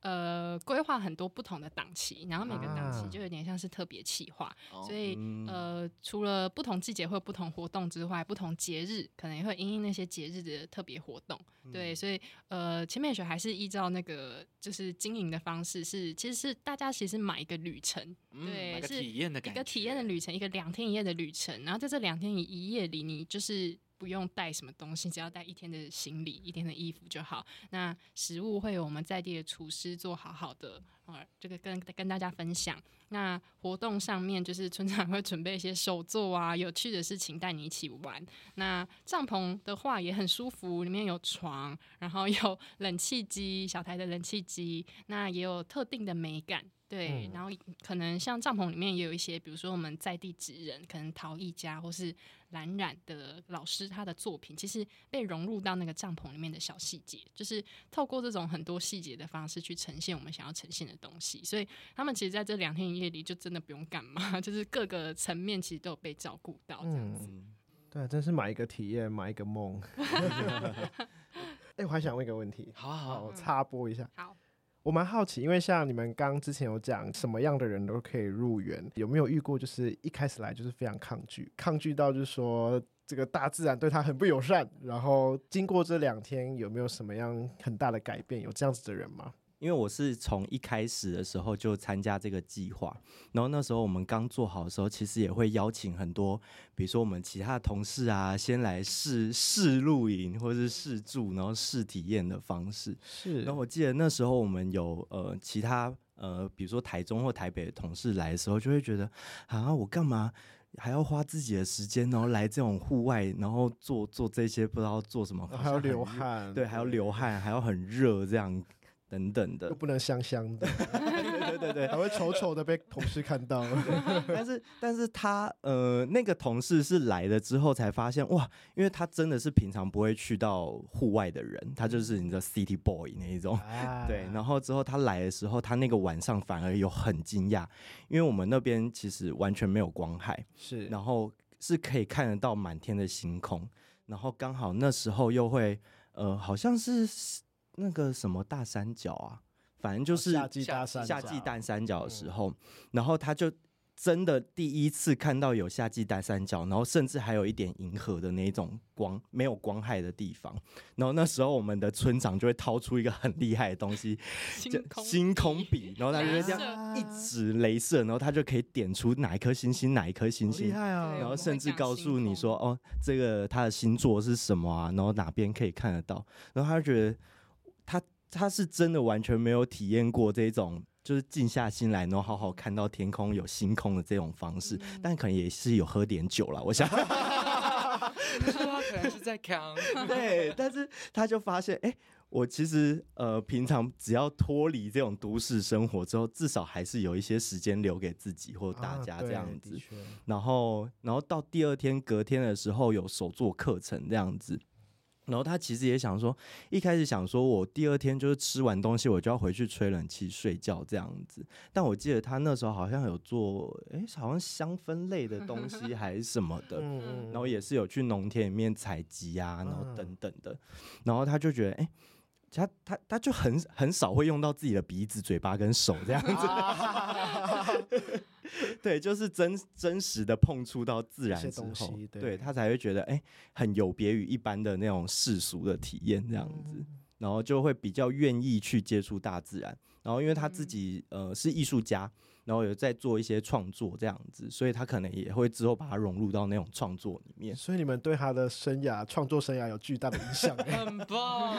呃规划很多不同的档期，然后每个档期就有点像是特别企划，啊、所以、嗯、呃除了不同季节会有不同活动之外，不同节日可能也会因应那些节日的特别活动。嗯、对，所以呃奇美学还是依照那个就是经营的方式是，其实是大家其实买一个旅程， 嗯、 对， 买个体验的感觉， 一个体验的旅程，一个两天一夜的旅程，然后在这两天一夜里，你就是不用带什么东西，只要带一天的行李、一天的衣服就好。那食物会有我们在地的厨师做好好的，呃，这个跟跟大家分享。那活动上面就是村长会准备一些手作啊、有趣的事情带你一起玩。那帐篷的话也很舒服，里面有床，然后有冷气机，小台的冷气机，那也有特定的美感。对，然后可能像帐篷里面也有一些，比如说我们在地职人，可能陶艺家或是蓝染的老师，他的作品其实被融入到那个帐篷里面的小细节，就是透过这种很多细节的方式去呈现我们想要呈现的东西。所以他们其实在这两天一夜里就真的不用干嘛，就是各个层面其实都有被照顾到这样子。 嗯、对，真是买一个体验，买一个梦。哎、欸，我还想问一个问题， 好好， 我插播一下。 好。 我蛮好奇，因为像你们刚之前有讲什么样的人都可以入园，有没有遇过就是一开始来就是非常抗拒，抗拒到就是说这个大自然对他很不友善，然后经过这两天有没有什么样很大的改变？有这样子的人吗？ 因为我是从一开始的时候就参加这个计划，然后那时候我们刚做好的时候，其实也会邀请很多，比如说我们其他的同事啊，先来试试露营或是试住，然后试体验的方式。 是。 然后我记得那时候我们有呃其他呃，比如说台中或台北的同事来的时候，就会觉得啊，我干嘛还要花自己的时间，然后来这种户外，然后做做这些不知道做什么， 还要流汗， 对，还要流汗，还要很热这样。等等的， 又不能香香的， 对对对对， 还会丑丑的被同事看到。 但是但是他呃那个同事是来了之后才发现哇，因为他真的是平常不会去到户外的人，他就是你的 city boy 那一种，啊、对。然后之后他来的时候，他那个晚上反而有很惊讶，因为我们那边其实完全没有光害， 是， 然后是可以看得到满天的星空，然后刚好那时候又会呃好像是。那个什么大三角啊，反正就是夏季大三角夏季大三角的时候，嗯、然后他就真的第一次看到有夏季大三角，然后甚至还有一点银河的那种光，没有光害的地方。然后那时候我们的村长就会掏出一个很厉害的东西， 星空星空笔，然后他就会这样一指雷射，然后他就可以点出哪一颗星星，哪一颗星星， 厉害啊！ 然后甚至告诉你说，哦，这个他的星座是什么啊，然后哪边可以看得到，然后他就觉得。他他是真的完全没有体验过这种，就是静下心来，然后好好看到天空有星空的这种方式，嗯、但可能也是有喝点酒了，我想。 他可能是在扛， 对，但是他就发现，哎、欸，我其实呃平常只要脱离这种都市生活之后，至少还是有一些时间留给自己或大家这样子。啊、然后，然后到第二天、隔天的时候有手作课程这样子。然后他其实也想说，一开始想说我第二天就是吃完东西我就要回去吹冷气睡觉这样子，但我记得他那时候好像有做，哎，好像香氛类的东西还是什么的，然后也是有去农田里面采集啊，然后等等的，然后他就觉得，哎。他他他就很很少会用到自己的鼻子、嘴巴跟手这样子，对，就是真真实的碰触到自然之后，对, 对他才会觉得哎、欸，很有别于一般的那种世俗的体验这样子，嗯、然后就会比较愿意去接触大自然。然后因为他自己呃是艺术家，然后有在做一些创作这样子，所以他可能也会之后把它融入到那种创作里面。 所以你们对他的生涯、创作生涯有巨大的影响， 很棒，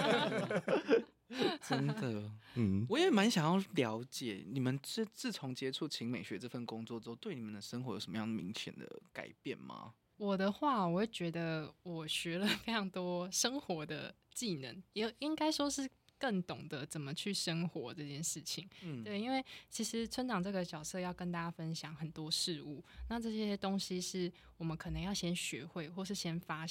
真的。嗯，我也蛮想要了解你们自自从接触晴美学这份工作之后，对你们的生活有什么样明显的改变吗？ 我的话，我会觉得我学了非常多生活的技能，也应该说是。更懂得怎么去生活这件事情，嗯，对，因为其实村长这个角色要跟大家分享很多事物，那这些东西是我们可能要先学会，或是先发现，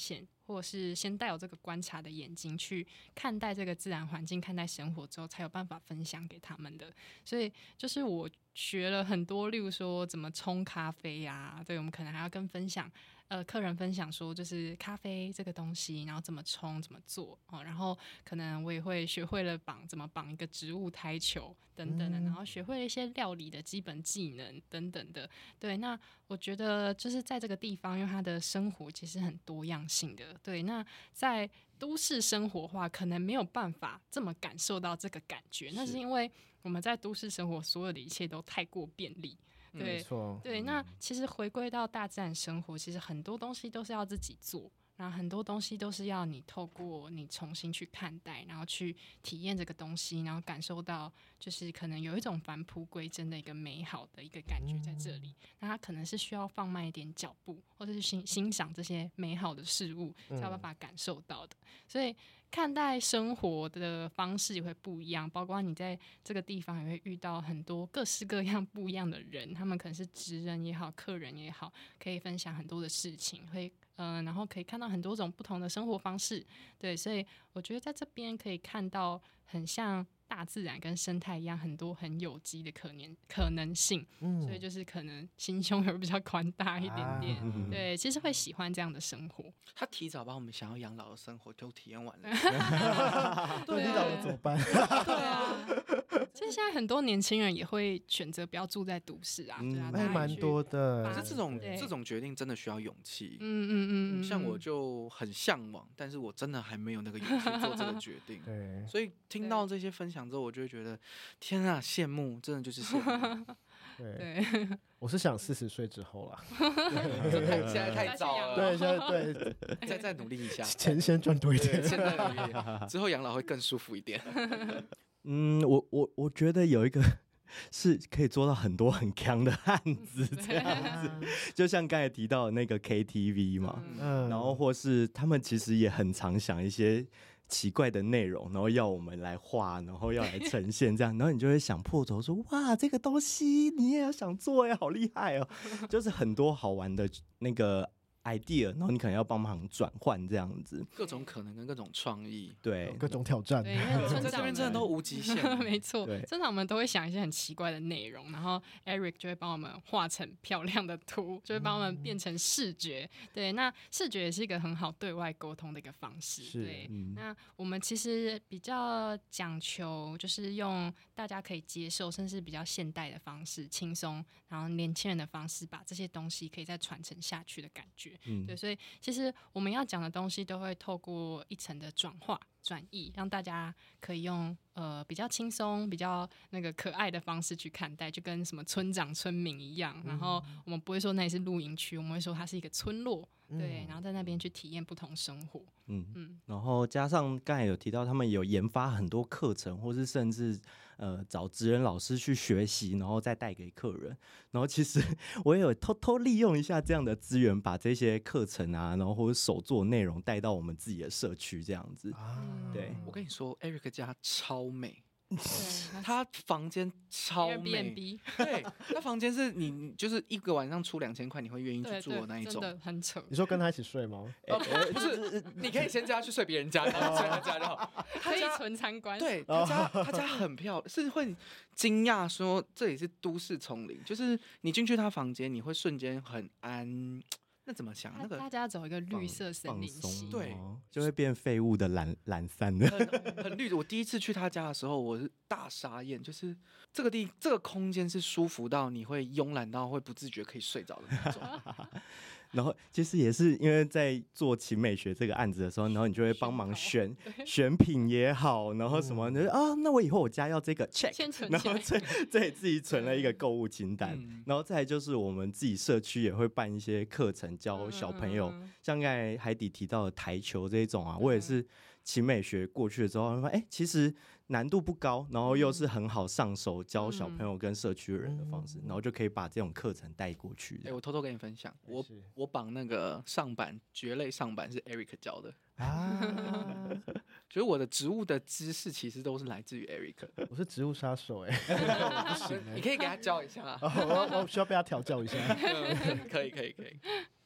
或者是先带有这个观察的眼睛去看待这个自然环境、看待生活之后，才有办法分享给他们的。所以就是我学了很多，例如说怎么冲咖啡啊，对，我们可能还要跟分享。呃，客人分享说，就是咖啡这个东西，然后怎么冲、怎么做哦，然后可能我也会学会了绑怎么绑一个植物胎球等等的，然后学会了一些料理的基本技能等等的。对，那我觉得就是在这个地方，因为他的生活其实很多样性的。对，那在都市生活化，可能没有办法这么感受到这个感觉，那是因为我们在都市生活，所有的一切都太过便利。对对，那其实回归到大自然生活，其实很多东西都是要自己做，然后很多东西都是要你透过你重新去看待，然后去体验这个东西，然后感受到就是可能有一种返璞归真的一个美好的一个感觉在这里。嗯、那它可能是需要放慢一点脚步，或者是欣欣赏这些美好的事物，才有办法感受到的。嗯、所以看待生活的方式也会不一样，包括你在这个地方也会遇到很多各式各样不一样的人，他们可能是职人也好，客人也好，可以分享很多的事情，会嗯、呃，然后可以看到很多种不同的生活方式。对，所以我觉得在这边可以看到很像大自然跟生态一样，很多很有机的可能可能性，嗯、所以就是可能心胸会比较宽大一点点。啊、对，其实会喜欢这样的生活。 他提早把我们想要养老的生活都体验完了。 对，你老了怎么办？ 对啊，其实现在很多年轻人也会选择不要住在都市啊，对啊， 还蛮多的。 可是这种这种决定真的需要勇气。 嗯嗯嗯， 像我就很向往，但是我真的还没有那个勇气做这个决定。 对， 所以听到这些分享之后，我就会觉得天啊，羡慕，真的就是羡慕。 对，我是想四十岁之后啦。 现在太早了。 对，现在对， 再再努力一下， 钱先赚多一点， 现在努力，之后养老会更舒服一点。 嗯，我我我觉得有一个是可以做到很多很强的案子，这样子，就像刚才提到的那个 K T V 嘛，嗯，然后或是他们其实也很常想一些奇怪的内容，然后要我们来画，然后要来呈现这样，然后你就会想破头说，哇，这个东西你也要想做耶，好厉害哦，就是很多好玩的那个idea， 然后你可能要帮忙转换这样子， 各种可能跟各种创意， 对， 各种挑战， 对，因为在这边真的都无极限， 没错。村长们都会想一些很奇怪的内容，然后 Eric 就会帮我们画成漂亮的图，就会帮我们变成视觉。嗯、对，那视觉也是一个很好对外沟通的一个方式。对，嗯、那我们其实比较讲求就是用大家可以接受，甚至比较现代的方式，轻松，然后年轻人的方式，把这些东西可以再传承下去的感觉。嗯、对，所以其实我们要讲的东西都会透过一层的转化、转译，让大家可以用呃比较轻松、比较那个可爱的方式去看待，就跟什么村长、村民一样。然后我们不会说那里是露营区，我们会说它是一个村落，对，然后在那边去体验不同生活。 嗯嗯，然后加上刚才有提到，他们有研发很多课程，或是甚至呃找职人老师去学习，然后再带给客人。然后其实我也有偷偷利用一下这样的资源，把这些课程啊，然后或者手作内容带到我们自己的社区这样子。啊、对， 我跟你说 ，Eric 家超美。他房间超美，对，他房间是你就是一个晚上出两千块，你会愿意去住的那一种， 真的很扯。 你说跟他一起睡吗？ 呃、不是，你可以先叫他去睡别人家，然后睡他家就好。 可以纯参观。 对，他家他家很漂亮，是会惊讶说这里是都市丛林，就是你进去他房间，你会瞬间很安。那怎么想？那个大家走一个绿色森林系， 对， 就会变废物的懒懒散的， 很很绿。我第一次去他家的时候，我是大傻眼，就是这个地这个空间是舒服到你会慵懒到会不自觉可以睡着的那种。 然后其实也是因为在做勤美学这个案子的时候，然后你就会帮忙选选品也好，然后什么，你就啊，那我以后我家要这个 check， 然后这这自己存了一个购物清单，嗯、然后再来就是我们自己社区也会办一些课程教小朋友，嗯、像刚才海底提到的台球这一种啊，嗯、我也是勤美学过去的时候，哎，其实难度不高，然后又是很好上手教小朋友跟社区的人的方式，嗯、然后就可以把这种课程带过去。 哎、欸，我偷偷跟你分享，我我绑那个上板蕨类上板是 Eric 教的啊，所以我的植物的知识其实都是来自于 Eric。 我是植物杀手哎、欸，不行、欸， 你可以给他教一下、啊哦，我我需要被他调教一下。 可以可以可以。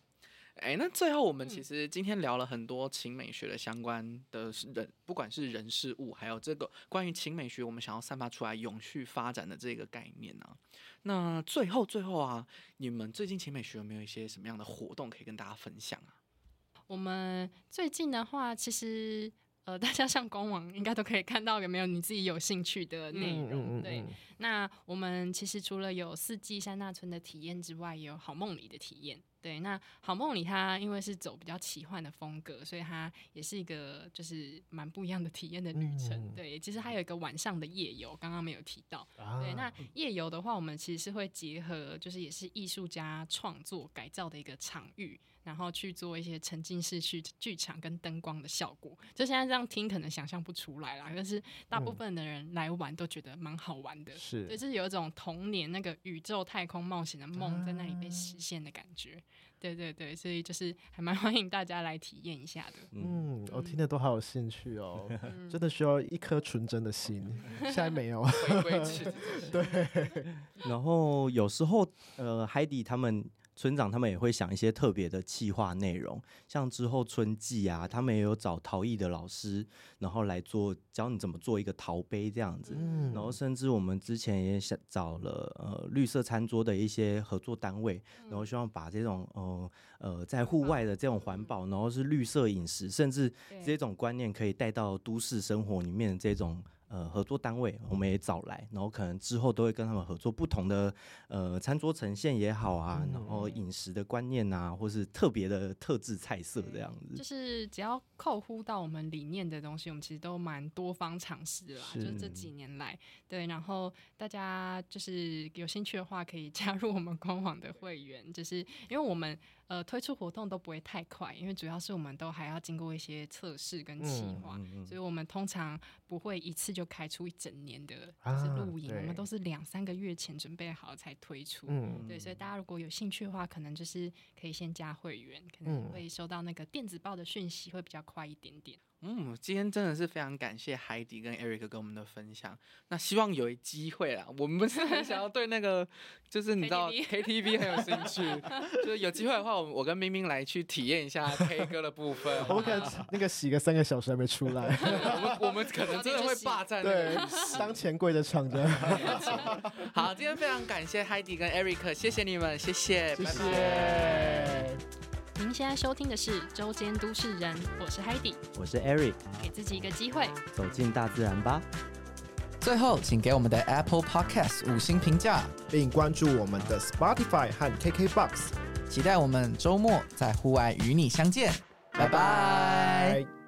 哎，那最后我们其实今天聊了很多情美学的相关的人，不管是人事物，还有这个关于情美学我们想要散发出来永续发展的这个概念啊。那最后最后啊，你们最近情美学有没有一些什么样的活动可以跟大家分享啊？ 我们最近的话，其实呃，大家上官网应该都可以看到有没有你自己有兴趣的内容。嗯嗯嗯对，那我们其实除了有四季山大村的体验之外，也有好梦里的体验。对，那好梦里它因为是走比较奇幻的风格，所以它也是一个就是蛮不一样的体验的旅程。嗯、对，其实还有一个晚上的夜游，刚刚没有提到。啊、对，那夜游的话，我们其实是会结合就是也是艺术家创作改造的一个场域，然后去做一些沉浸式剧剧场跟灯光的效果。就现在这样听可能想象不出来啦，但是大部分的人来玩都觉得蛮好玩的。是、嗯，对，就是有一种童年那个宇宙太空冒险的梦在那里被实现的感觉。啊对对对，所以就是还蛮欢迎大家来体验一下的。 嗯，我听得都好有兴趣哦，嗯、真的需要一颗纯真的心，现在没有。 对，然后有时候呃，海底他们。村长他们也会想一些特别的企划内容，像之后春季啊，他们也有找陶艺的老师，然后来做教你怎么做一个陶杯这样子。嗯、然后甚至我们之前也想找了呃绿色餐桌的一些合作单位，然后希望把这种呃呃在户外的这种环保，然后是绿色饮食，甚至这种观念可以带到都市生活里面的这种。呃，合作单位我们也找来，然后可能之后都会跟他们合作不同的呃餐桌呈现也好啊，嗯、然后饮食的观念啊，或是特别的特制菜色这样子。 就是只要扣呼到我们理念的东西，我们其实都蛮多方尝试啦。就是这几年来，对，然后大家就是有兴趣的话，可以加入我们官网的会员，就是因为我们。呃，推出活动都不会太快，因为主要是我们都还要经过一些测试跟企划，嗯嗯嗯、所以我们通常不会一次就开出一整年的就是露营，啊、我们都是两三个月前准备好才推出。嗯、对，所以大家如果有兴趣的话，可能就是可以先加会员，可能会收到那个电子报的讯息会比较快一点点。 嗯，今天真的是非常感谢海底跟 Eric 跟我们的分享。那希望有机会啦，我们是很想要对那个，就是你知道 K T V 很有兴趣，就是有机会的话，我我跟明明来去体验一下 K 歌的部分。 我们可能那个洗个三个小时还没出来， 我们我们可能真的会霸占那个对当钱柜的场的。 好，今天非常感谢海底跟 Eric， 谢谢你们，谢谢， 谢谢。 拜拜。 您现在收听的是周间都市人，我是 Heidi， 我是 Eric， 给自己一个机会， 走进大自然吧。 最后，请给我们的 Apple Podcast 五星评价， 并关注我们的 Spotify 和 K K B O X， 期待我们周末在户外与你相见，拜拜。